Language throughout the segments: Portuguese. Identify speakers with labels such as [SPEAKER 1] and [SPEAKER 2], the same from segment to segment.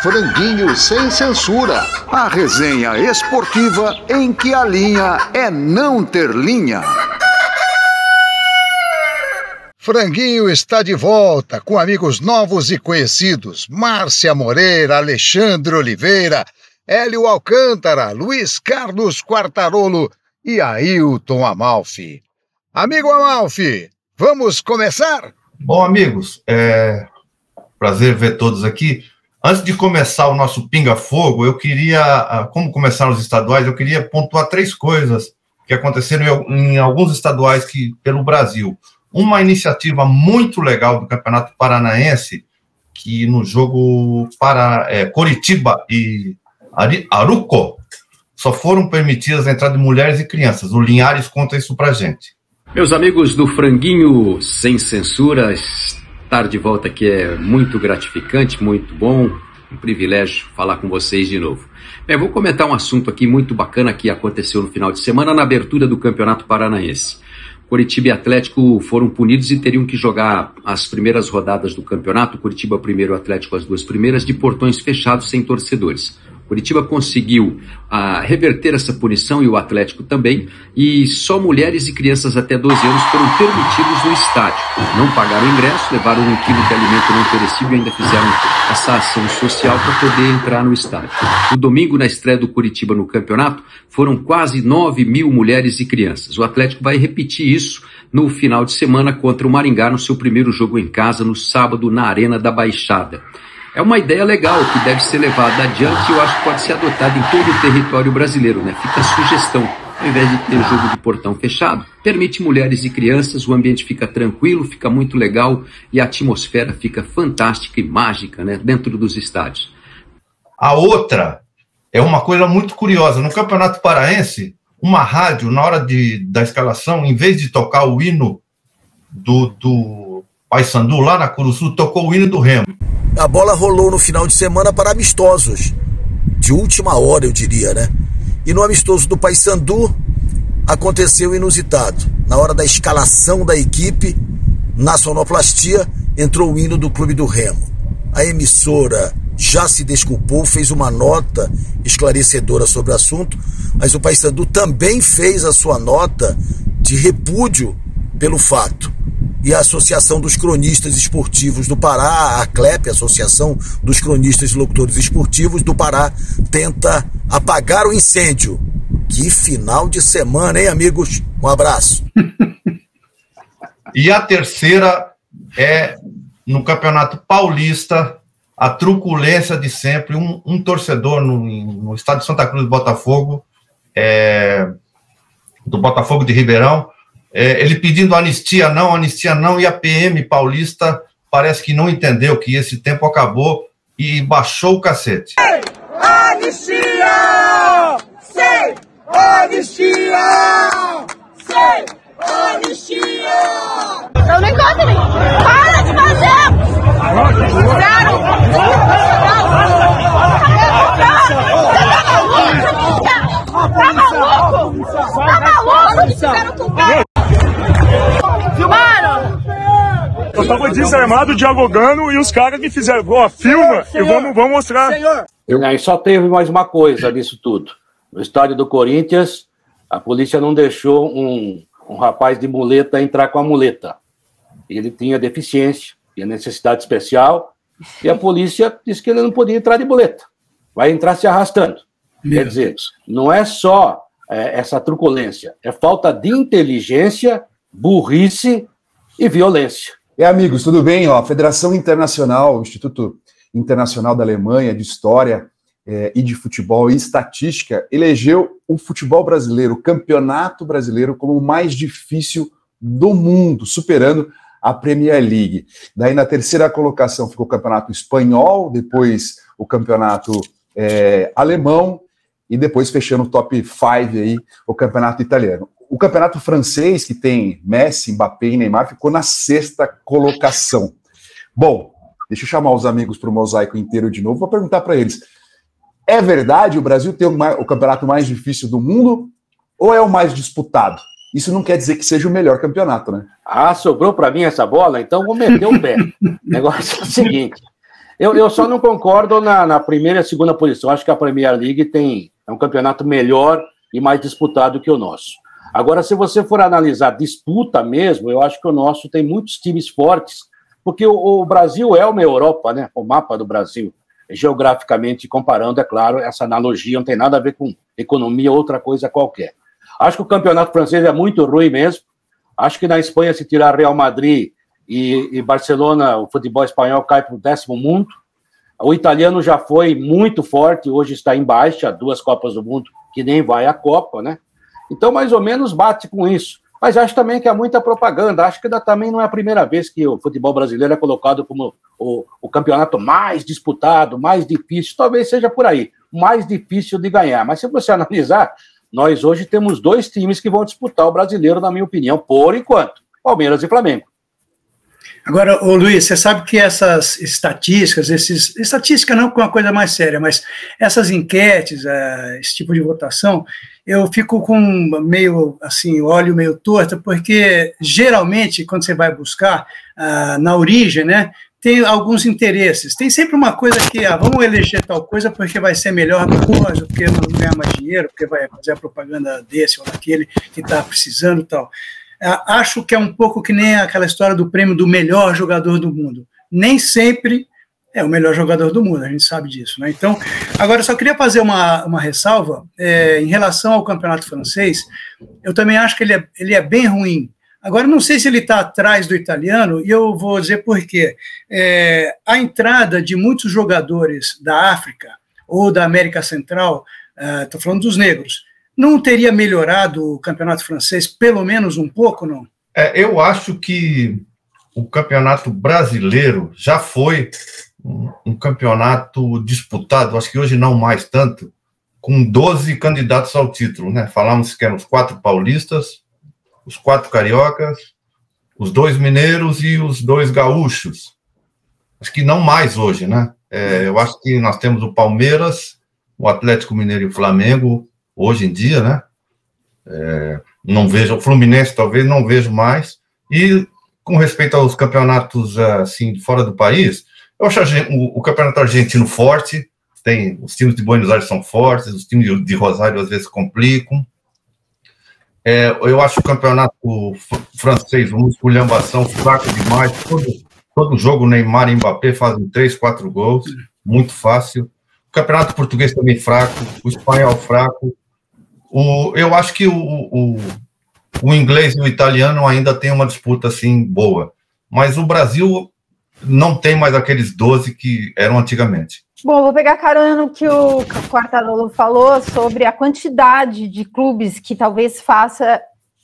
[SPEAKER 1] Franguinho Sem Censura. A resenha esportiva em que a linha é não ter linha. Franguinho está de volta com amigos novos e conhecidos. Márcia Moreira, Alexandre Oliveira, Hélio Alcântara, Luiz Carlos Quartarolo e Ailton Amalfi. Amigo Amalfi, vamos começar?
[SPEAKER 2] Bom, amigos, prazer ver todos aqui. Antes de começar o nosso pinga-fogo, eu queria, como começaram os estaduais, eu queria pontuar 3 coisas que aconteceram em alguns estaduais pelo Brasil. Uma iniciativa muito legal do Campeonato Paranaense, que no jogo para Coritiba e Aruco, só foram permitidas a entrada de mulheres e crianças. O Linhares conta isso pra gente.
[SPEAKER 3] Meus amigos do Franguinho Sem Censura, estar de volta aqui é muito gratificante, muito bom, um privilégio falar com vocês de novo. Bem, vou comentar um assunto aqui muito bacana que aconteceu no final de semana na abertura do Campeonato Paranaense. Coritiba e Atlético foram punidos e teriam que jogar as primeiras rodadas do campeonato, Coritiba primeiro, Atlético as 2 primeiras, de portões fechados sem torcedores. Coritiba conseguiu reverter essa punição e o Atlético também, e só mulheres e crianças até 12 anos foram permitidos no estádio. Não pagaram ingresso, levaram 1 quilo de alimento não perecível e ainda fizeram essa ação social para poder entrar no estádio. No domingo, na estreia do Coritiba no campeonato, foram quase 9.000 mulheres e crianças. O Atlético vai repetir isso no final de semana contra o Maringá no seu primeiro jogo em casa, no sábado, na Arena da Baixada. É uma ideia legal que deve ser levada adiante e eu acho que pode ser adotada em todo o território brasileiro, né? Fica a sugestão. Ao invés de ter jogo de portão fechado, permite mulheres e crianças, o ambiente fica tranquilo, fica muito legal e a atmosfera fica fantástica e mágica, né? Dentro dos estádios.
[SPEAKER 2] A outra é uma coisa muito curiosa. No Campeonato Paraense, uma rádio, na hora da escalação, em vez de tocar o hino do Paysandu, lá na Curuçu, tocou o hino do Remo.
[SPEAKER 4] A bola rolou no final de semana para amistosos, de última hora eu diria, né? E no amistoso do Paysandu aconteceu o inusitado. Na hora da escalação da equipe, na sonoplastia, entrou o hino do Clube do Remo. A emissora já se desculpou, fez uma nota esclarecedora sobre o assunto, mas o Paysandu também fez a sua nota de repúdio pelo fato. E a Associação dos Cronistas Esportivos do Pará, a ACLEP, Associação dos Cronistas e Locutores Esportivos do Pará, tenta apagar o incêndio. Que final de semana, hein, amigos? Um abraço.
[SPEAKER 2] E a terceira é, no Campeonato Paulista, a truculência de sempre. Um torcedor no estado de Santa Cruz do Botafogo, do Botafogo de Ribeirão, ele pedindo anistia não, e a PM paulista parece que não entendeu que esse tempo acabou e baixou o cacete.
[SPEAKER 5] Anistia! Sem anistia! Sem anistia! Eu nem gosto nem. Para de fazer! Fizeram! Tá maluco? Tá maluco? Fizeram com o filmaram!
[SPEAKER 6] Eu tava desarmado, dialogando, e os caras me fizeram, filma, e vamos mostrar.
[SPEAKER 7] E só teve mais uma coisa nisso tudo. No estádio do Corinthians, a polícia não deixou um rapaz de muleta entrar com a muleta. Ele tinha deficiência, tinha necessidade especial, e a polícia disse que ele não podia entrar de muleta. Vai entrar se arrastando. Quer dizer, não é só essa truculência, é falta de inteligência, burrice e violência.
[SPEAKER 8] Amigos, tudo bem? A Federação Internacional, o Instituto Internacional da Alemanha de História e de Futebol e Estatística, elegeu o futebol brasileiro, o campeonato brasileiro, como o mais difícil do mundo, superando a Premier League. Daí, na terceira colocação, ficou o campeonato espanhol, depois o campeonato alemão, e depois fechando o top 5 aí, o campeonato italiano. O campeonato francês, que tem Messi, Mbappé e Neymar, ficou na 6ª colocação. Bom, deixa eu chamar os amigos para o mosaico inteiro de novo, vou perguntar para eles, é verdade o Brasil tem o campeonato mais difícil do mundo ou é o mais disputado? Isso não quer dizer que seja o melhor campeonato, né?
[SPEAKER 7] Sobrou para mim essa bola, então vou meter o pé. O negócio é o seguinte, Eu só não concordo na primeira e segunda posição. Acho que a Premier League é um campeonato melhor e mais disputado que o nosso. Agora, se você for analisar disputa mesmo, eu acho que o nosso tem muitos times fortes, porque o Brasil é uma Europa, né? O mapa do Brasil, geograficamente comparando, é claro, essa analogia não tem nada a ver com economia ou outra coisa qualquer. Acho que o campeonato francês é muito ruim mesmo. Acho que na Espanha, se tirar Real Madrid e Barcelona, o futebol espanhol cai para o 10º mundo. O italiano já foi muito forte, hoje está em baixa, 2 Copas do Mundo, que nem vai à Copa, né? Então, mais ou menos, bate com isso. Mas acho também que há muita propaganda. Acho que também não é a primeira vez que o futebol brasileiro é colocado como o campeonato mais disputado, mais difícil. Talvez seja por aí, mais difícil de ganhar. Mas se você analisar, nós hoje temos 2 times que vão disputar o brasileiro, na minha opinião, por enquanto. Palmeiras e Flamengo.
[SPEAKER 9] Agora, ô Luiz, você sabe que essas estatísticas, estatística não é uma coisa mais séria, mas essas enquetes, esse tipo de votação, eu fico com meio, assim, olho meio torto, porque geralmente, quando você vai buscar na origem, né, tem alguns interesses. Tem sempre uma coisa que, vamos eleger tal coisa porque vai ser melhor coisa, porque não ganhar mais dinheiro, porque vai fazer a propaganda desse ou daquele que está precisando e tal. Acho que é um pouco que nem aquela história do prêmio do melhor jogador do mundo. Nem sempre é o melhor jogador do mundo, a gente sabe disso, né? Então, agora eu só queria fazer uma ressalva em relação ao campeonato francês. Eu também acho que ele é bem ruim. Agora, não sei se ele está atrás do italiano, e eu vou dizer por quê. A entrada de muitos jogadores da África ou da América Central, estou falando dos negros, não teria melhorado o campeonato francês, pelo menos um pouco, não?
[SPEAKER 2] Eu acho que o campeonato brasileiro já foi um campeonato disputado, acho que hoje não mais tanto, com 12 candidatos ao título, né? Falamos que eram os 4 paulistas, os 4 cariocas, os 2 mineiros e os 2 gaúchos. Acho que não mais hoje, né? Eu acho que nós temos o Palmeiras, o Atlético Mineiro e o Flamengo, hoje em dia, né? Não vejo, o Fluminense talvez não vejo mais. E com respeito aos campeonatos assim, fora do país, eu acho o campeonato argentino forte, os times de Buenos Aires são fortes, os times de Rosário às vezes complicam. Eu acho o campeonato francês uma esculhambação, fraco demais. Todo jogo Neymar e Mbappé fazem 3, 4 gols, muito fácil. O campeonato português também fraco, o espanhol fraco. Eu acho que o inglês e o italiano ainda tem uma disputa assim boa, mas o Brasil não tem mais aqueles 12 que eram antigamente.
[SPEAKER 10] Bom, vou pegar carona no que o Quartarolo falou sobre a quantidade de clubes que talvez faça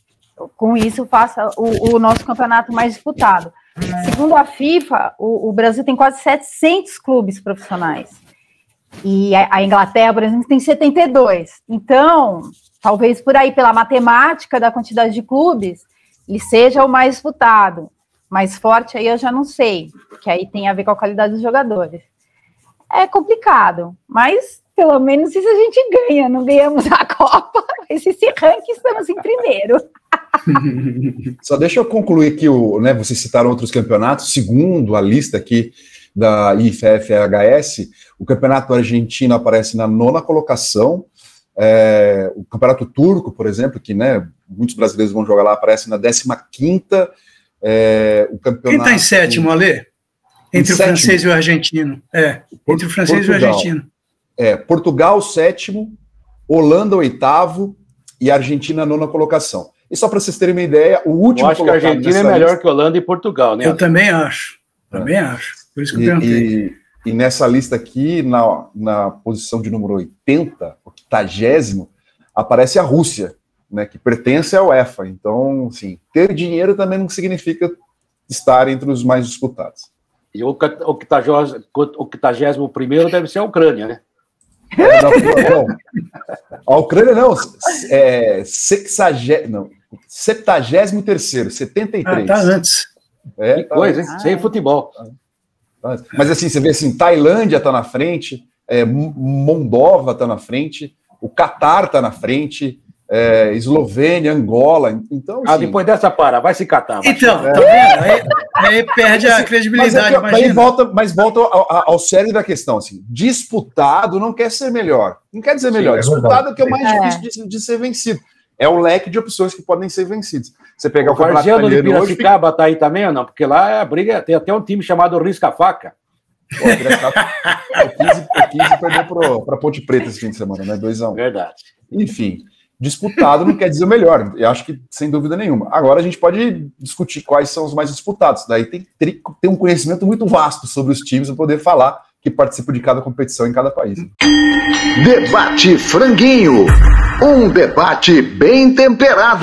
[SPEAKER 10] o nosso campeonato mais disputado. Segundo a FIFA, o Brasil tem quase 700 clubes profissionais. E a Inglaterra, por exemplo, tem 72. Então, talvez por aí, pela matemática da quantidade de clubes, ele seja o mais disputado. Mais forte aí eu já não sei, que aí tem a ver com a qualidade dos jogadores. É complicado, mas pelo menos isso a gente ganha. Não ganhamos a Copa, mas esse ranking estamos em primeiro.
[SPEAKER 8] Só deixa eu concluir aqui, vocês citaram outros campeonatos. Segundo a lista aqui da IFFHS, o campeonato argentino aparece na 9ª colocação, o campeonato turco, por exemplo, que muitos brasileiros vão jogar lá, aparece na 15ª. O campeonato... Quem
[SPEAKER 9] está em 7º, Alê? Entre o francês e o argentino. Entre o francês e o argentino.
[SPEAKER 8] Portugal, 7º, Holanda, 8º e Argentina, 9ª colocação. E só para vocês terem uma ideia, o último...
[SPEAKER 7] Eu acho que a Argentina é melhor que Holanda e Portugal, né?
[SPEAKER 9] Eu também acho. Por isso que eu perguntei.
[SPEAKER 8] E nessa lista aqui, na posição de número 80, 80º, aparece a Rússia, né, que pertence à UEFA. Então, assim, ter dinheiro também não significa estar entre os mais disputados.
[SPEAKER 7] E o 81º deve ser a Ucrânia, né?
[SPEAKER 8] Não, a Ucrânia não, 73º, 73.
[SPEAKER 9] Tá antes.
[SPEAKER 7] Que coisa, hein? Sem futebol.
[SPEAKER 8] Mas assim, você vê assim, Tailândia está na frente, Moldova está na frente, o Catar está na frente, Eslovênia, Angola. Então, assim,
[SPEAKER 7] depois dessa vai se catar.
[SPEAKER 9] Então, tá vendo? Aí perde a credibilidade.
[SPEAKER 8] Mas volta ao sério da questão. Assim, disputado não quer ser melhor. Não quer dizer melhor. Disputado é que é o mais difícil de ser vencido. É o leque de opções que podem ser vencidas. Você pegar o
[SPEAKER 7] Campeonato Italiano de Piracicaba tá aí também ou não? Porque lá a briga tem até um time chamado Risca-Faca.
[SPEAKER 8] O 15 perdeu para Ponte Preta esse fim de semana, né? 2-1.
[SPEAKER 7] Verdade.
[SPEAKER 8] Enfim, disputado não quer dizer o melhor. Eu acho que sem dúvida nenhuma. Agora a gente pode discutir quais são os mais disputados. Daí tem um conhecimento muito vasto sobre os times para poder falar que participam de cada competição em cada país.
[SPEAKER 1] Debate Franguinho. Um debate bem temperado.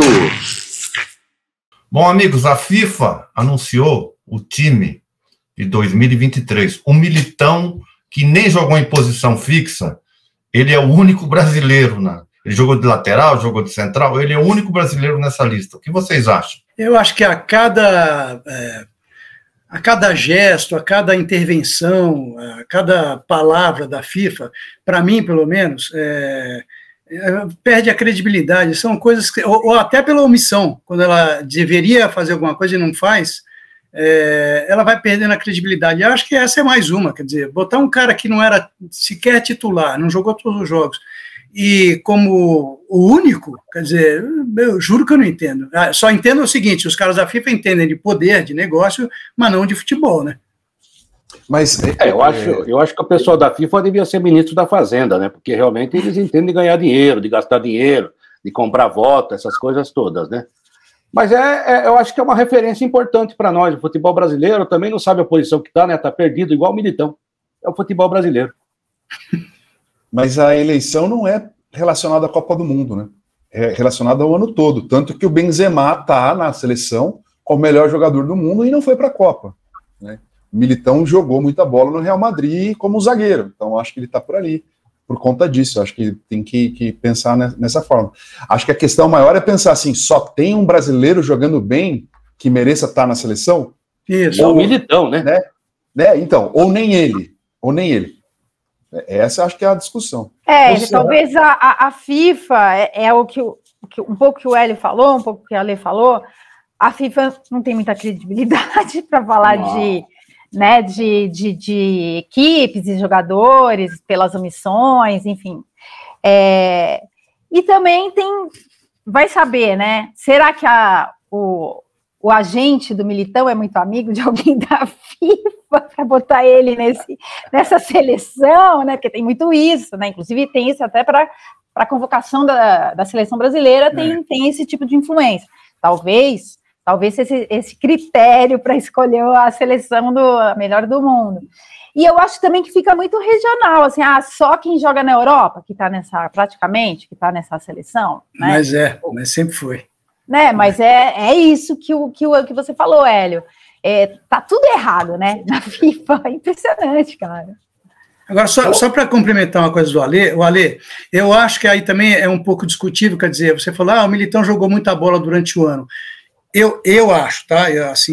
[SPEAKER 2] Bom, amigos, a FIFA anunciou o time de 2023. O Militão, que nem jogou em posição fixa, ele é o único brasileiro. Ele jogou de lateral, jogou de central, ele é o único brasileiro nessa lista. O que vocês acham?
[SPEAKER 9] Eu acho que a cada gesto, a cada intervenção, a cada palavra da FIFA, para mim, pelo menos, perde a credibilidade. São coisas que, ou até pela omissão, quando ela deveria fazer alguma coisa e não faz, ela vai perdendo a credibilidade. Eu acho que essa é mais uma, quer dizer, botar um cara que não era sequer titular, não jogou todos os jogos, e como o único, quer dizer, eu juro que eu não entendo. Só entendo o seguinte: os caras da FIFA entendem de poder, de negócio, mas não de futebol, né?
[SPEAKER 8] Mas
[SPEAKER 7] eu acho que o pessoal da FIFA devia ser ministro da Fazenda, né? Porque realmente eles entendem de ganhar dinheiro, de gastar dinheiro, de comprar voto, essas coisas todas, né? Mas eu acho que é uma referência importante para nós. O futebol brasileiro também não sabe a posição que está, né? Está perdido, igual o Militão. É o futebol brasileiro.
[SPEAKER 8] Mas a eleição não é relacionada à Copa do Mundo, né? É relacionada ao ano todo. Tanto que o Benzema está na seleção como o melhor jogador do mundo e não foi para a Copa, né? O Militão jogou muita bola no Real Madrid como zagueiro. Então acho que ele está por ali. Por conta disso, acho que tem que pensar nessa forma. Acho que a questão maior é pensar assim: só tem um brasileiro jogando bem que mereça estar na seleção?
[SPEAKER 9] Isso.
[SPEAKER 7] Ou o Militão, né?
[SPEAKER 8] Então, ou nem ele. Essa acho que é a discussão.
[SPEAKER 10] Talvez a FIFA um pouco que o Hélio falou, um pouco que a Ale falou. A FIFA não tem muita credibilidade para falar de equipes e jogadores, pelas omissões, enfim. E também vai saber, né? Será que o agente do Militão é muito amigo de alguém da FIFA para botar ele nessa seleção, né? Porque tem muito isso, né? Inclusive tem isso até para a convocação da seleção brasileira, tem esse tipo de influência. Talvez esse critério para escolher a seleção melhor do mundo. E eu acho também que fica muito regional, assim, só quem joga na Europa que está nessa seleção, né?
[SPEAKER 9] Mas sempre foi.
[SPEAKER 10] Né? Mas é isso que você falou, Hélio. Tá tudo errado, né? Na FIFA, é impressionante, cara.
[SPEAKER 9] Agora, só para complementar uma coisa do Ale, eu acho que aí também é um pouco discutível, quer dizer, você falou, o Militão jogou muita bola durante o ano. Eu acho, tá?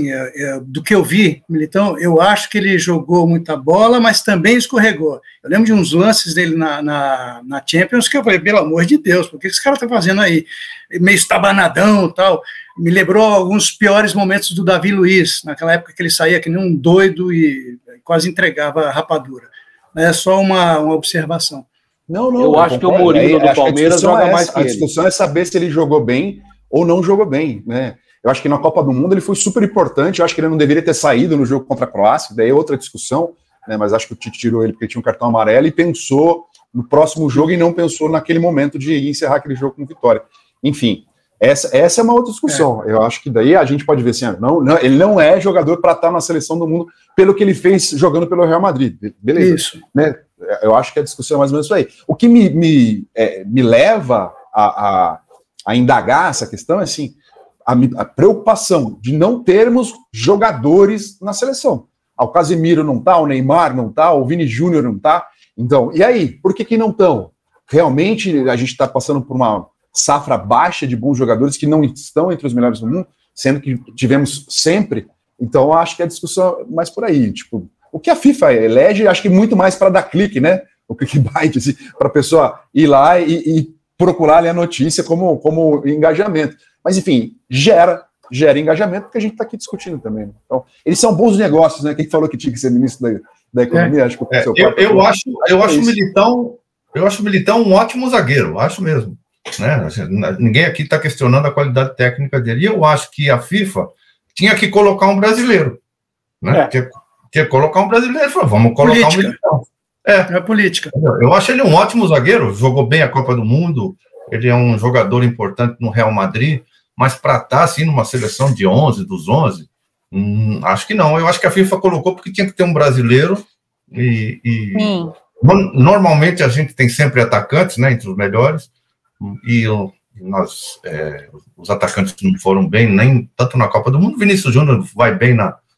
[SPEAKER 9] Do que eu vi, Militão, eu acho que ele jogou muita bola, mas também escorregou. Eu lembro de uns lances dele na Champions que eu falei, pelo amor de Deus, por que esse cara tá fazendo aí? Meio estabanadão e tal. Me lembrou alguns piores momentos do Davi Luiz, naquela época que ele saía que nem um doido e quase entregava a rapadura. É só uma observação.
[SPEAKER 8] Não,
[SPEAKER 7] eu acho que o Mourinho do Palmeiras joga mais que ele.
[SPEAKER 8] A discussão é saber se ele jogou bem ou não jogou bem, né? Eu acho que na Copa do Mundo ele foi super importante, eu acho que ele não deveria ter saído no jogo contra a Croácia, daí é outra discussão, né? Mas acho que o Tite tirou ele porque tinha um cartão amarelo e pensou no próximo jogo e não pensou naquele momento de encerrar aquele jogo com vitória. Enfim, essa é uma outra discussão. Eu acho que daí a gente pode ver assim, ele não é jogador para estar na seleção do mundo pelo que ele fez jogando pelo Real Madrid, beleza?
[SPEAKER 9] Isso.
[SPEAKER 8] Né? Eu acho que a discussão é mais ou menos isso aí. O que me leva a indagar essa questão é assim, a preocupação de não termos jogadores na seleção. O Casemiro não está, o Neymar não está, o Vini Júnior não está. Então, e aí? Por que não estão? Realmente a gente está passando por uma safra baixa de bons jogadores que não estão entre os melhores do mundo, sendo que tivemos sempre. Então, acho que a discussão é mais por aí. Tipo, o que a FIFA elege, acho que muito mais para dar clique, né? O clickbait, assim, para a pessoa ir lá e procurar ali a notícia como engajamento. Mas, enfim, gera engajamento, porque a gente está aqui discutindo também. Então, eles são bons negócios, né? Quem falou que tinha que ser ministro da Economia? Acho que
[SPEAKER 2] eu acho o Militão um ótimo zagueiro, acho mesmo. Né? Ninguém aqui está questionando a qualidade técnica dele. E eu acho que a FIFA tinha que colocar um brasileiro. Né? Tinha que colocar um brasileiro. Vamos colocar um Militão.
[SPEAKER 9] É política.
[SPEAKER 2] Eu acho ele um ótimo zagueiro, jogou bem a Copa do Mundo, ele é um jogador importante no Real Madrid, mas para estar assim numa seleção de 11, dos 11, acho que não. Eu acho que a FIFA colocou porque tinha que ter um brasileiro e normalmente a gente tem sempre atacantes, né, entre os melhores, e os atacantes não foram bem nem tanto na Copa do Mundo. Vinícius Júnior vai bem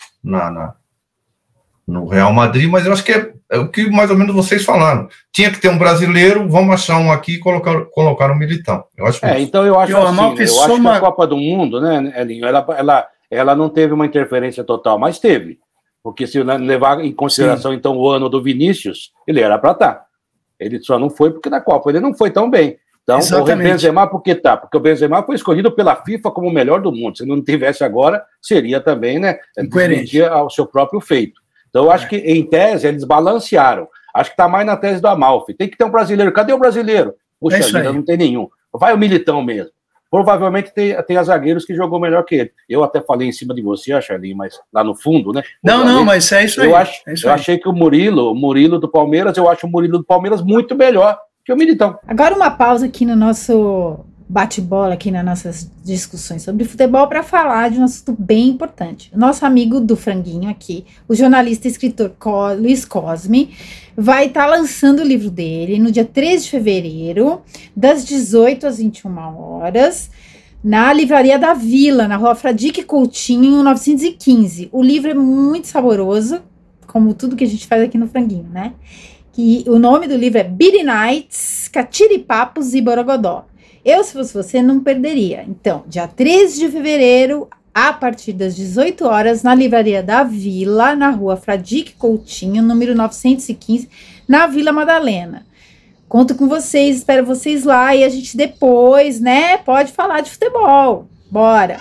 [SPEAKER 2] no Real Madrid, mas eu acho que é o que mais ou menos vocês falaram. Tinha que ter um brasileiro, vamos achar um aqui e colocar um Militão. Eu acho
[SPEAKER 7] então eu acho que a Copa do Mundo, né, Elinho, ela não teve uma interferência total, mas teve. Porque se levar em consideração, então, o ano do Vinícius, ele era para estar. Ele só não foi porque na Copa ele não foi tão bem. Então, o Benzema, por que tá? Porque o Benzema foi escolhido pela FIFA como o melhor do mundo. Se não tivesse agora, seria também, né,
[SPEAKER 9] incoerente
[SPEAKER 7] ao seu próprio feito. Então, eu acho que, em tese, eles balancearam. Acho que está mais na tese do Amalfi. Tem que ter um brasileiro. Cadê o brasileiro? Puxa vida, não tem nenhum. Vai o Militão mesmo. Provavelmente tem zagueiros que jogou melhor que ele. Eu até falei em cima de você, Charlinho, mas lá no fundo, né?
[SPEAKER 9] Mas é isso aí.
[SPEAKER 7] Eu achei que o Murilo do Palmeiras, eu acho o Murilo do Palmeiras muito melhor que o Militão.
[SPEAKER 11] Agora uma pausa aqui no nosso bate-bola, aqui nas nossas discussões sobre futebol, para falar de um assunto bem importante. O nosso amigo do Franguinho aqui, o jornalista e escritor Luiz Cosme, vai estar lançando o livro dele no dia 13 de fevereiro, das 18 às 21 horas, na Livraria da Vila, na Rua Fradique Coutinho, 915. O livro é muito saboroso, como tudo que a gente faz aqui no Franguinho, né? Que o nome do livro é Beaty Nights, Catiripapos e Borogodó. Eu, se fosse você, não perderia. Então, dia 13 de fevereiro, a partir das 18 horas, na Livraria da Vila, na Rua Fradique Coutinho, número 915, na Vila Madalena. Conto com vocês, espero vocês lá, e a gente depois, né, pode falar de futebol. Bora!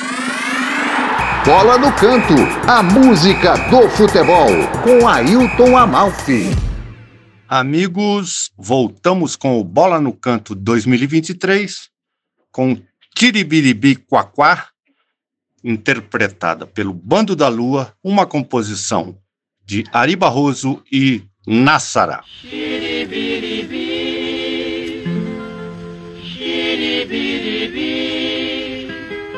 [SPEAKER 1] Bola no Canto, a música do futebol, com Ailton Amalfi.
[SPEAKER 12] Amigos, voltamos com o Bola no Canto 2023, com Tiribiribi Quaquá, interpretada pelo Bando da Lua, uma composição de Ari Barroso e Nassara.
[SPEAKER 5] Xiribiribi, xiribiribi,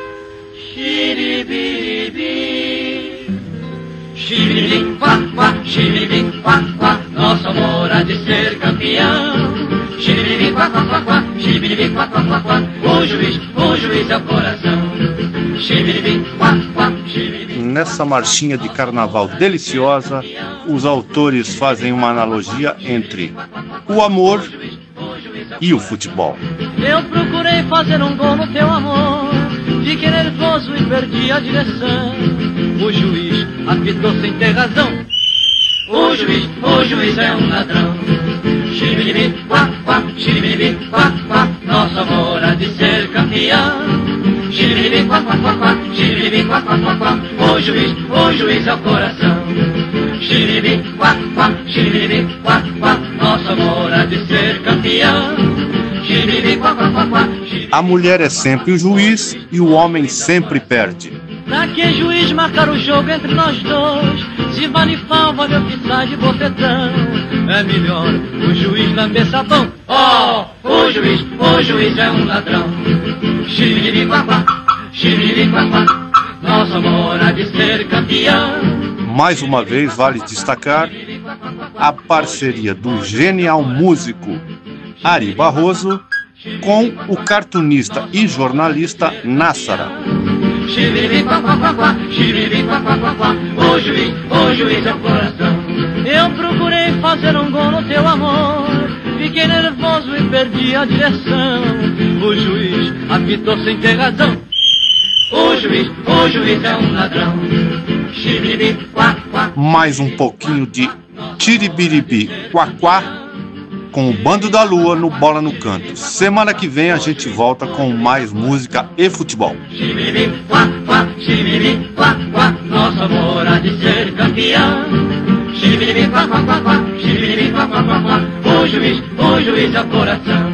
[SPEAKER 5] xiribiribi, xiribiribi, quaquá, xiribiribi, quaquá, nosso amor há de ser campeão. Xiribiribi, quaquá, quaquá, xiribiribi, quaquá, quaquá, o juiz é o coração. Xiribiribi, quaquá, xiribiribi.
[SPEAKER 12] Nessa marchinha de carnaval deliciosa, os autores fazem uma analogia entre o amor e o futebol.
[SPEAKER 5] Eu procurei fazer um gol no teu amor, fiquei nervoso e perdi a direção. O juiz apitou sem ter razão. O juiz é um ladrão. Xiribiribi, quaquá, xiribiribi, quaquá, nosso amor há de ser campeão. Xiribiribi, quaquá, quaquá, xiribiribi, quaquá, quaquá, o juiz é o coração. Xiribiribi, quaquá, xiribiribi, quaquá, nosso amor há de ser campeão. Xiribiribi, quaquá, quaquá.
[SPEAKER 12] A mulher é sempre o juiz e o homem sempre perde.
[SPEAKER 5] Pra que juiz marcar o jogo entre nós dois? Se vale fal, vale o que sai de bofetão. É melhor o juiz lamber sabão. O juiz é um ladrão. Xiribiribi, quaquá, xiribiribi, quaquá, nosso amor há de ser campeão.
[SPEAKER 12] Mais uma vez, vale destacar a parceria do genial músico Ari Barroso com o cartunista e jornalista Nassara.
[SPEAKER 5] Xiribiribi, quaquá, quaquá, xiribiribi, quaquá, quaquá, o juiz é o coração. Eu procurei fazer um gol no teu amor, fiquei nervoso e perdi a direção. O juiz apitou sem ter razão. O juiz é um ladrão. Xiribiribi, quaquá.
[SPEAKER 12] Mais um pouquinho de Tiribiribi Quaquá com o Bando da Lua no Bola no Canto. Semana que vem a gente volta com mais música e futebol.
[SPEAKER 5] Nosso amor há de ser campeão. O juiz é o coração.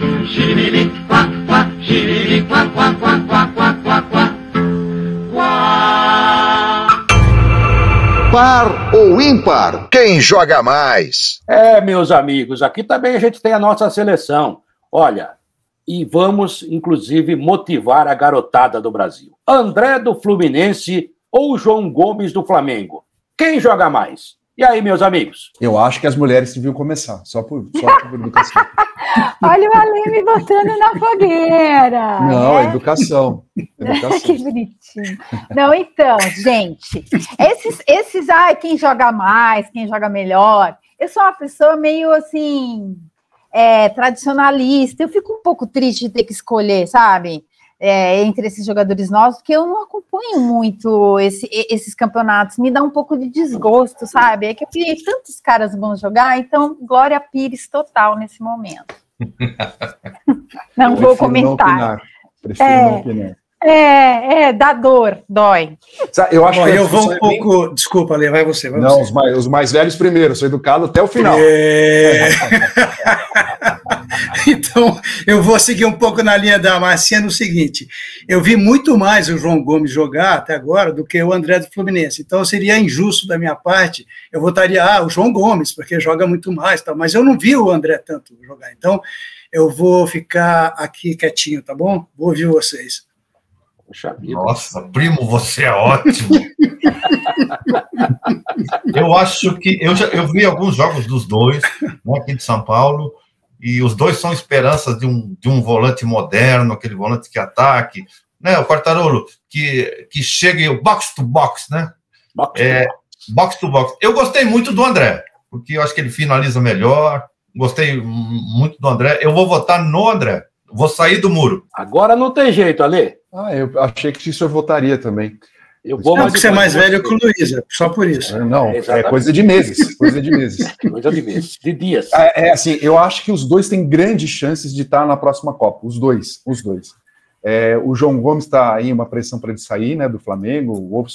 [SPEAKER 1] Par ou ímpar? Quem joga mais?
[SPEAKER 7] Meus amigos, aqui também a gente tem a nossa seleção. Olha, e vamos, inclusive, motivar a garotada do Brasil. André do Fluminense ou João Gomes do Flamengo? Quem joga mais? E aí, meus amigos?
[SPEAKER 8] Eu acho que as mulheres deviam começar, só por educação.
[SPEAKER 10] Olha o Ale me botando na fogueira.
[SPEAKER 8] Não, educação.
[SPEAKER 10] Que bonitinho. Não, então, gente, quem joga mais, quem joga melhor, eu sou uma pessoa meio assim, tradicionalista. Eu fico um pouco triste de ter que escolher, sabe? Entre esses jogadores novos, porque eu não acompanho muito esses campeonatos, me dá um pouco de desgosto, sabe? É que eu vi tantos caras bons jogar, então Glória Pires total nesse momento. Não vou comentar.
[SPEAKER 8] Prefiro não opinar.
[SPEAKER 10] Dá dor, dói.
[SPEAKER 8] Eu acho que
[SPEAKER 9] eu vou um pouco. Desculpa, Ale, vai você.
[SPEAKER 8] Não, os mais velhos primeiro, sou educado até o final.
[SPEAKER 9] Então, eu vou seguir um pouco na linha da Marcinha no seguinte: eu vi muito mais o João Gomes jogar até agora do que o André do Fluminense. Então, seria injusto da minha parte, eu votaria o João Gomes, porque joga muito mais, tal, mas eu não vi o André tanto jogar. Então, eu vou ficar aqui quietinho, tá bom? Vou ouvir vocês.
[SPEAKER 2] Nossa, primo, você é ótimo. Eu acho que eu vi alguns jogos dos dois, aqui de São Paulo, e os dois são esperanças de um volante moderno, aquele volante que ataque, né? O Quartarolo, que chegue o box to box, né? Box to box. Eu gostei muito do André, porque eu acho que ele finaliza melhor. Gostei muito do André. Eu vou votar no André. Vou sair do muro.
[SPEAKER 7] Agora não tem jeito, Ale.
[SPEAKER 8] Eu achei que o senhor votaria também.
[SPEAKER 9] Eu vou, mas você é mais velho que o Luiz, só por isso.
[SPEAKER 8] Não, é coisa de meses. Coisa de meses.
[SPEAKER 7] Coisa de meses, de dias.
[SPEAKER 8] Assim, eu acho que os dois têm grandes chances de estar na próxima Copa. Os dois. O João Gomes está aí uma pressão para ele sair, né, do Flamengo.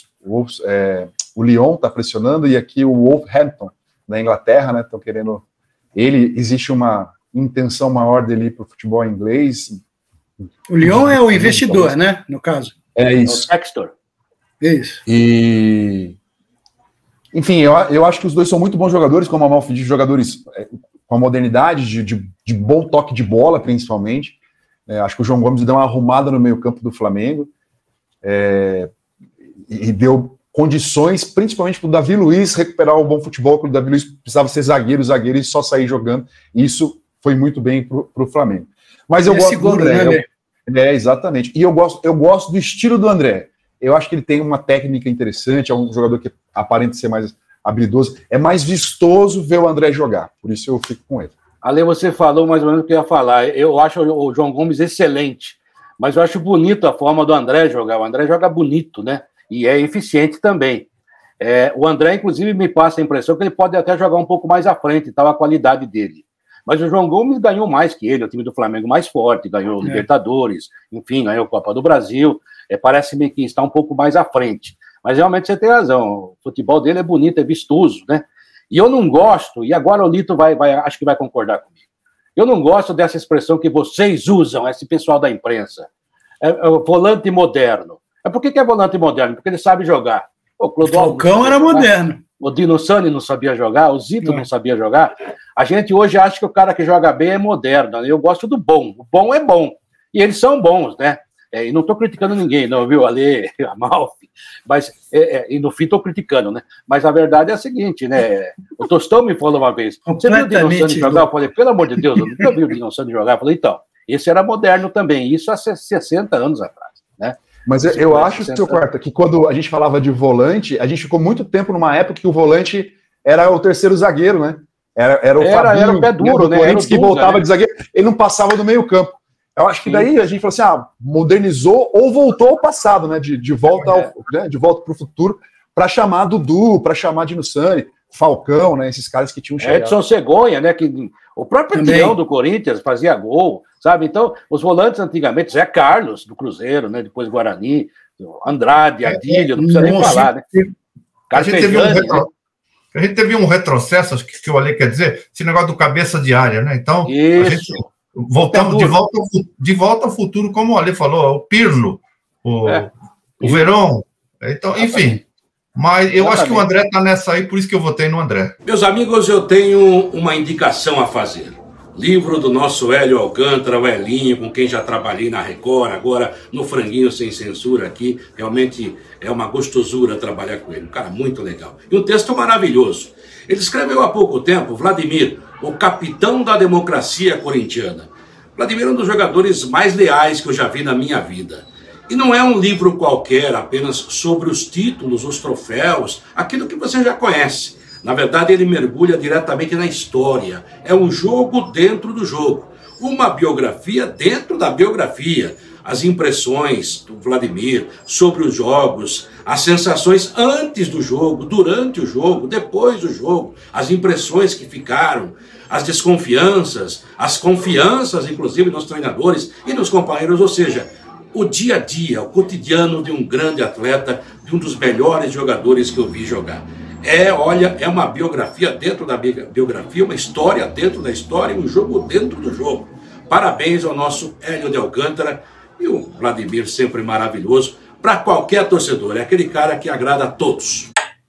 [SPEAKER 8] O Lyon está pressionando e aqui o Wolverhampton da Inglaterra, né, estão querendo. Existe uma intenção maior dele ir para o futebol inglês.
[SPEAKER 9] O Lyon é o investidor, né? No caso.
[SPEAKER 8] É isso.
[SPEAKER 7] O Textor.
[SPEAKER 9] Isso.
[SPEAKER 8] Enfim, eu acho que os dois são muito bons jogadores, como a Malfi diz, jogadores com a modernidade, de bom toque de bola, principalmente. Acho que o João Gomes deu uma arrumada no meio-campo do Flamengo e deu condições, principalmente para o Davi Luiz recuperar o bom futebol, porque o Davi Luiz precisava ser zagueiro e só sair jogando. E isso foi muito bem para o Flamengo. Mas eu gosto do André. Exatamente. E eu gosto do estilo do André. Eu acho que ele tem uma técnica interessante, é um jogador que aparenta ser mais habilidoso. É mais vistoso ver o André jogar. Por isso eu fico com ele.
[SPEAKER 7] Ale, você falou mais ou menos o que eu ia falar. Eu acho o João Gomes excelente, mas eu acho bonito a forma do André jogar. O André joga bonito, né? E é eficiente também. O André, inclusive, me passa a impressão que ele pode até jogar um pouco mais à frente, tal a qualidade dele. Mas o João Gomes ganhou mais que ele, o time do Flamengo mais forte, ganhou Libertadores, enfim, ganhou Copa do Brasil, parece-me que está um pouco mais à frente. Mas realmente você tem razão, o futebol dele é bonito, é vistoso, né? E eu não gosto, e agora o Lito acho que vai concordar comigo, eu não gosto dessa expressão que vocês usam, esse pessoal da imprensa, volante moderno. Por que é volante moderno? Porque ele sabe jogar.
[SPEAKER 9] O Falcão era moderno.
[SPEAKER 7] O Dino Sani não sabia jogar, o Zito não sabia jogar. A gente hoje acha que o cara que joga bem é moderno. Eu gosto do bom. O bom é bom. E eles são bons, né? E não estou criticando ninguém, não, viu? Ale, a Malfi. Mas, e no fim estou criticando, né? Mas a verdade é a seguinte, né? O Tostão me falou uma vez: você viu o Dino Sani jogar? Eu falei, pelo amor de Deus, eu nunca vi o Dino Sani jogar. Eu falei, então, esse era moderno também. Isso há 60 anos atrás, né?
[SPEAKER 8] Mas eu acho, seu Quarta, que quando a gente falava de volante, a gente ficou muito tempo numa época que o volante era o terceiro zagueiro, né? Era o Fabinho,
[SPEAKER 7] era o pé duro, né?
[SPEAKER 8] Corinthians que voltava de zagueiro, ele não passava do meio campo. Eu acho que daí a gente falou assim, modernizou ou voltou ao passado, né? De volta para o futuro, para chamar Dudu, para chamar Dino Sani. Falcão, né? Esses caras que tinham chegado.
[SPEAKER 7] Edson Cegonha, né? Que o próprio Tião do Corinthians fazia gol, sabe? Então, os volantes antigamente, Zé Carlos, do Cruzeiro, né? Depois Guarani, Andrade, Adílio, não precisa nem falar, né?
[SPEAKER 2] A gente teve um retrocesso, acho que o Ale quer dizer, esse negócio do cabeça de área, né? Então, a gente voltamos de volta ao futuro, como o Ale falou, o Pirlo, o Verón. Então, enfim. Mas eu acho que o André está nessa aí, por isso que eu votei no André.
[SPEAKER 3] Meus amigos, eu tenho uma indicação a fazer. Livro do nosso Hélio Alcântara, o Helinho, com quem já trabalhei na Record, agora no Franguinho Sem Censura aqui. Realmente é uma gostosura trabalhar com ele, um cara muito legal. E um texto maravilhoso. Ele escreveu há pouco tempo, Vladimir, o capitão da democracia corintiana. Vladimir é um dos jogadores mais leais que eu já vi na minha vida. E não é um livro qualquer, apenas sobre os títulos, os troféus, aquilo que você já conhece. Na verdade, ele mergulha diretamente na história. É um jogo dentro do jogo. Uma biografia dentro da biografia. As impressões do Vladimir sobre os jogos, as sensações antes do jogo, durante o jogo, depois do jogo, as impressões que ficaram, as desconfianças, as confianças, inclusive, nos treinadores e nos companheiros, ou seja, o dia a dia, o cotidiano de um grande atleta, de um dos melhores jogadores que eu vi jogar. É uma biografia dentro da biografia, uma história dentro da história, um jogo dentro do jogo. Parabéns ao nosso Hélio de Alcântara e o Vladimir, sempre maravilhoso, para qualquer torcedor. É aquele cara que agrada a todos.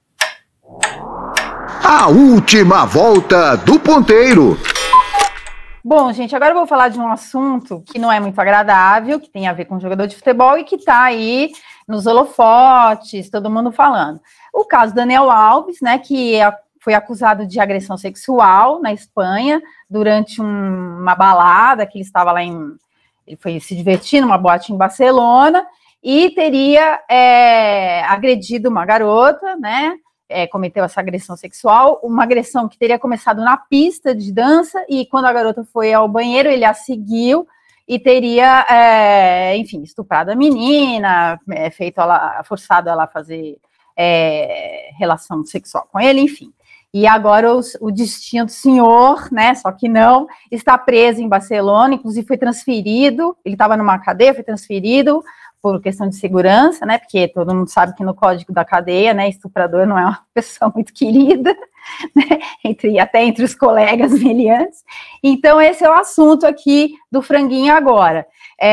[SPEAKER 1] A última volta do ponteiro.
[SPEAKER 10] Bom, gente, agora eu vou falar de um assunto que não é muito agradável, que tem a ver com jogador de futebol e que está aí nos holofotes, todo mundo falando. O caso Daniel Alves, né, que foi acusado de agressão sexual na Espanha durante uma balada que ele estava lá ele foi se divertir numa boate em Barcelona e teria agredido uma garota, né, cometeu essa agressão sexual, uma agressão que teria começado na pista de dança e quando a garota foi ao banheiro, ele a seguiu e teria, enfim, estuprado a menina, forçado ela a fazer relação sexual com ele, enfim. E agora o destino do senhor, né, só que não, está preso em Barcelona, inclusive foi transferido, ele estava numa cadeia, foi transferido por questão de segurança, né, porque todo mundo sabe que no código da cadeia, né, estuprador não é uma pessoa muito querida, né, até entre os colegas meliantes. Então esse é o assunto aqui do Franguinho agora.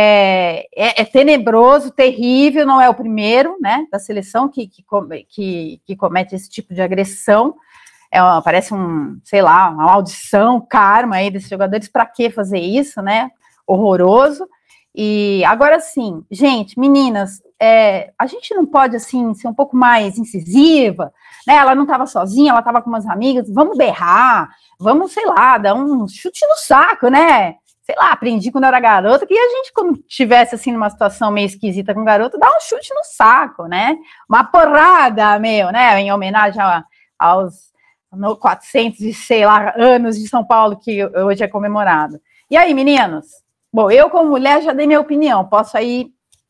[SPEAKER 10] É tenebroso, terrível, não é o primeiro, né, da seleção que comete esse tipo de agressão. Parece uma maldição, karma aí desses jogadores. Para que fazer isso, né? Horroroso. E agora sim, gente, meninas, a gente não pode assim ser um pouco mais incisiva, né? Ela não estava sozinha, ela estava com umas amigas. Vamos berrar, vamos, sei lá, dar um chute no saco, né? Sei lá, aprendi quando eu era garota, que a gente, quando tivesse, assim, numa situação meio esquisita com garota, dá um chute no saco, né? Uma porrada, né? Em homenagem aos 400 e, sei lá, anos de São Paulo, que hoje é comemorado. E aí, meninos? Bom, eu, como mulher, já dei minha opinião. Posso aí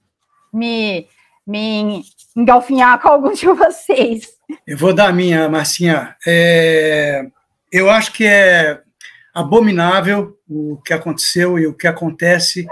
[SPEAKER 10] me engalfinhar com alguns de vocês.
[SPEAKER 9] Eu vou dar a minha, Marcinha. Eu acho que é abominável o que aconteceu e o que acontece,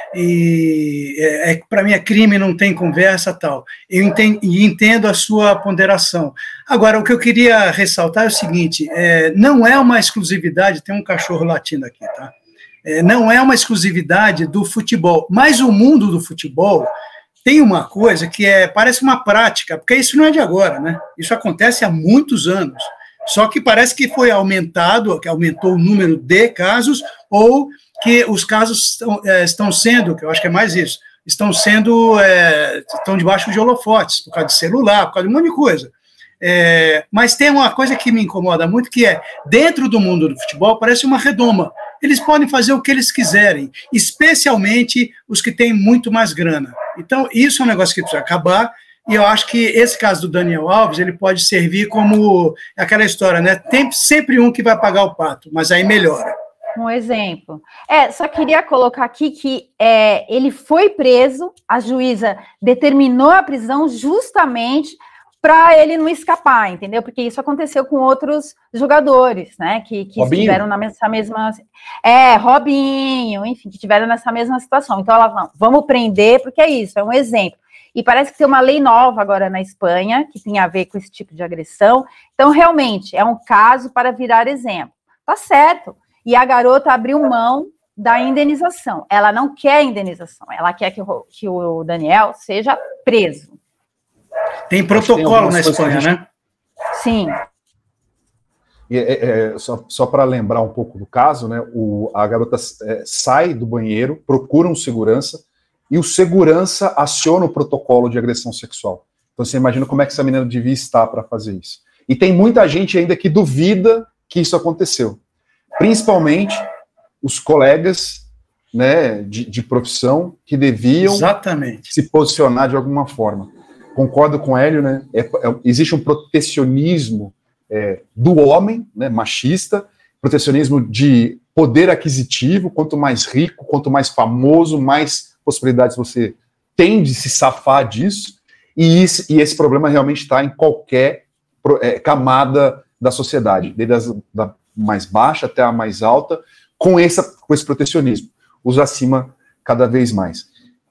[SPEAKER 9] e para mim é crime, não tem conversa, tal. Eu entendo a sua ponderação. Agora, o que eu queria ressaltar é o seguinte, não é uma exclusividade, tem um cachorro latindo aqui, tá? Não é uma exclusividade do futebol, mas o mundo do futebol tem uma coisa que parece uma prática, porque isso não é de agora, né? Isso acontece há muitos anos. Só que parece que foi aumentou o número de casos, ou que os casos estão sendo, que eu acho que é mais isso, estão debaixo de holofotes, por causa de celular, por causa de um monte de coisa. Mas tem uma coisa que me incomoda muito, que dentro do mundo do futebol, parece uma redoma. Eles podem fazer o que eles quiserem, especialmente os que têm muito mais grana. Então, isso é um negócio que precisa acabar. E eu acho que esse caso do Daniel Alves, ele pode servir como aquela história, né? Tem sempre um que vai pagar o pato, mas aí melhora.
[SPEAKER 10] Um exemplo. Só queria colocar aqui que ele foi preso, a juíza determinou a prisão justamente para ele não escapar, entendeu? Porque isso aconteceu com outros jogadores, né? Que estiveram nessa mesma... Robinho, enfim, que estiveram nessa mesma situação. Então, ela vamos prender, porque é isso, é um exemplo. E parece que tem uma lei nova agora na Espanha, que tem a ver com esse tipo de agressão. Então, realmente, é um caso para virar exemplo. Tá certo. E a garota abriu mão da indenização. Ela não quer indenização, ela quer que o Daniel seja preso.
[SPEAKER 9] Tem protocolo na Espanha, né?
[SPEAKER 10] Sim.
[SPEAKER 8] Só para lembrar um pouco do caso, né? A garota sai do banheiro, procura um segurança, e o segurança aciona o protocolo de agressão sexual. Então você imagina como é que essa menina devia estar para fazer isso. E tem muita gente ainda que duvida que isso aconteceu. Principalmente os colegas, né, de profissão que deviam se posicionar de alguma forma. Concordo com o Hélio, né? Existe um protecionismo do homem, né, machista, protecionismo de poder aquisitivo. Quanto mais rico, quanto mais famoso, mais possibilidades você tem de se safar disso. E esse problema realmente está em qualquer camada da sociedade, desde da mais baixa até a mais alta, com esse protecionismo. Os acima cada vez mais.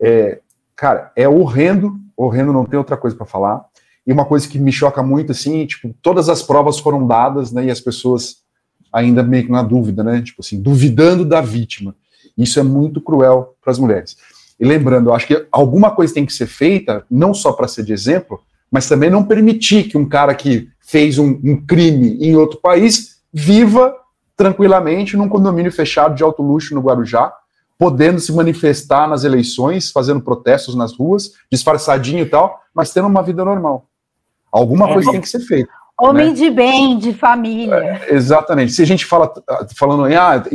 [SPEAKER 8] Cara, é horrendo, não tem outra coisa para falar. E uma coisa que me choca muito, assim, tipo, todas as provas foram dadas, né, e as pessoas ainda meio que na dúvida, né, tipo assim, duvidando da vítima. Isso é muito cruel para as mulheres. E lembrando, eu acho que alguma coisa tem que ser feita, não só para ser de exemplo, mas também não permitir que um cara que fez um crime em outro país viva tranquilamente num condomínio fechado de alto luxo no Guarujá, podendo se manifestar nas eleições, fazendo protestos nas ruas, disfarçadinho e tal, mas tendo uma vida normal. Alguma coisa tem que ser feita.
[SPEAKER 10] Homem, né? De bem, de família.
[SPEAKER 8] Exatamente. Se a gente falando em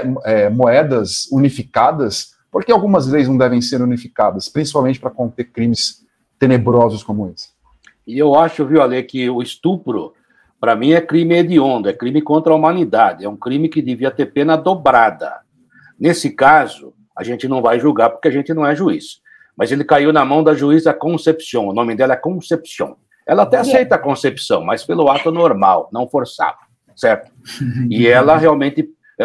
[SPEAKER 8] moedas unificadas, por que algumas leis não devem ser unificadas, principalmente para conter crimes tenebrosos como esse?
[SPEAKER 7] E eu acho, viu, Ale, que o estupro, para mim, é crime hediondo, é crime contra a humanidade, é um crime que devia ter pena dobrada. Nesse caso, a gente não vai julgar porque a gente não é juiz. Mas ele caiu na mão da juíza Concepción, o nome dela é Concepción. Ela até aceita a concepção, mas pelo ato normal, não forçado, certo? E ela realmente...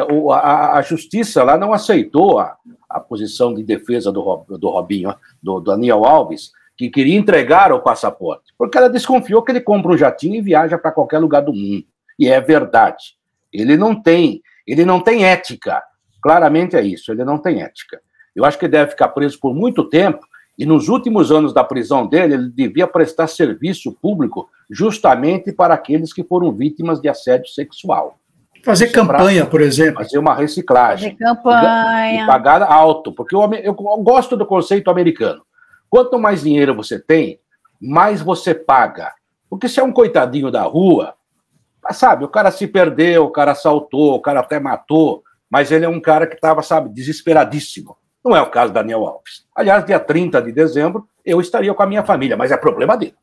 [SPEAKER 7] A justiça lá não aceitou a posição de defesa do Robinho, do Daniel Alves, que queria entregar o passaporte, porque ela desconfiou que ele compra um jatinho e viaja para qualquer lugar do mundo. E é verdade. Ele não tem ética. Claramente é isso, ele não tem ética. Eu acho que ele deve ficar preso por muito tempo, e nos últimos anos da prisão dele, ele devia prestar serviço público justamente para aqueles que foram vítimas de assédio sexual.
[SPEAKER 9] Fazer campanha, por exemplo.
[SPEAKER 7] Fazer uma reciclagem.
[SPEAKER 10] Fazer campanha.
[SPEAKER 7] E pagar alto, porque eu gosto do conceito americano. Quanto mais dinheiro você tem, mais você paga. Porque se é um coitadinho da rua, sabe, o cara se perdeu, o cara assaltou, o cara até matou, mas ele é um cara que estava, sabe, desesperadíssimo. Não é o caso do Daniel Alves. Aliás, dia 30 de dezembro, eu estaria com a minha família, mas é problema dele.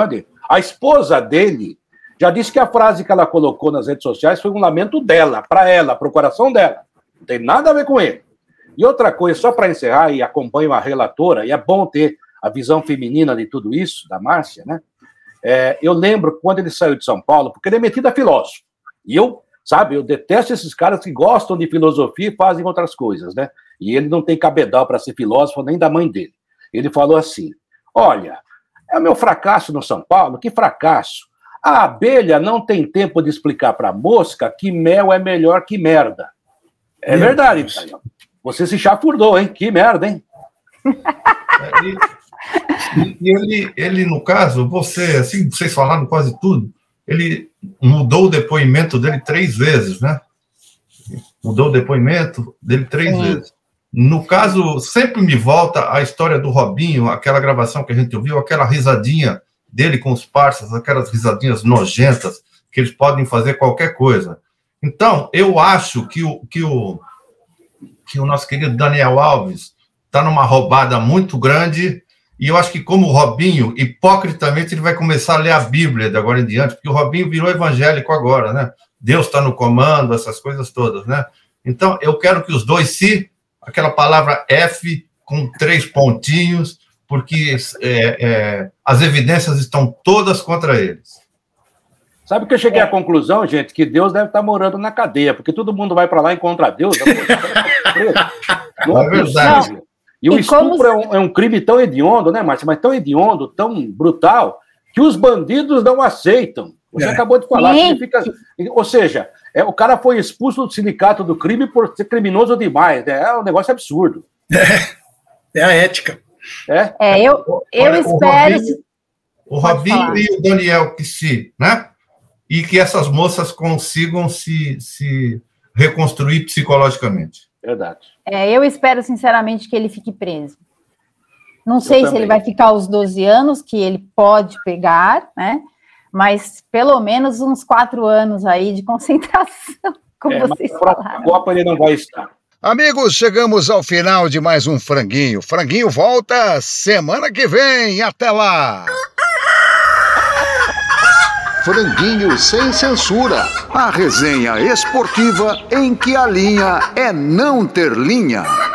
[SPEAKER 7] A esposa dele já disse que a frase que ela colocou nas redes sociais foi um lamento dela, para o coração dela. Não tem nada a ver com ele. E outra coisa, só para encerrar, e acompanho a relatora, e é bom ter a visão feminina de tudo isso, da Márcia, né? Eu lembro quando ele saiu de São Paulo, porque ele é metido a filósofo. E eu detesto esses caras que gostam de filosofia e fazem outras coisas, né? E ele não tem cabedal para ser filósofo nem da mãe dele. Ele falou assim, olha, é o meu fracasso no São Paulo, que fracasso. A abelha não tem tempo de explicar para a mosca que mel é melhor que merda. É verdade, Daniel. Você se chafurdou, hein? Que merda, hein?
[SPEAKER 2] E ele, no caso, vocês falaram quase tudo, ele mudou o depoimento dele 3 vezes, né? Mudou o depoimento dele 3 vezes. No caso, sempre me volta a história do Robinho, aquela gravação que a gente ouviu, aquela risadinha dele com os parceiros, aquelas risadinhas nojentas, que eles podem fazer qualquer coisa. Então, eu acho que o nosso querido Daniel Alves está numa roubada muito grande, e eu acho que, como o Robinho, hipocritamente, ele vai começar a ler a Bíblia de agora em diante, porque o Robinho virou evangélico agora, né? Deus está no comando, essas coisas todas, né? Então, eu quero que os dois aquela palavra F com 3 pontinhos, porque as evidências estão todas contra eles.
[SPEAKER 7] Sabe que eu cheguei à conclusão, gente, que Deus deve estar morando na cadeia, porque todo mundo vai para lá e encontra Deus. Não é verdade. Não. E o estupro é um crime tão hediondo, né, Márcia? Mas tão hediondo, tão brutal, que os bandidos não aceitam. Você acabou de falar. Significa, ou seja, o cara foi expulso do sindicato do crime por ser criminoso demais. É um negócio absurdo.
[SPEAKER 9] É a ética.
[SPEAKER 10] Eu espero...
[SPEAKER 2] O Robinho e o Daniel né? E que essas moças consigam se reconstruir psicologicamente.
[SPEAKER 7] Verdade.
[SPEAKER 10] Eu espero, sinceramente, que ele fique preso. Não sei se ele vai ficar os 12 anos, que ele pode pegar, né? Mas pelo menos uns 4 anos aí de concentração, como vocês falaram.
[SPEAKER 7] A Copa ele não vai estar.
[SPEAKER 1] Amigos, chegamos ao final de mais um Franguinho. Franguinho volta semana que vem. Até lá! Franguinho sem censura. A resenha esportiva em que a linha é não ter linha.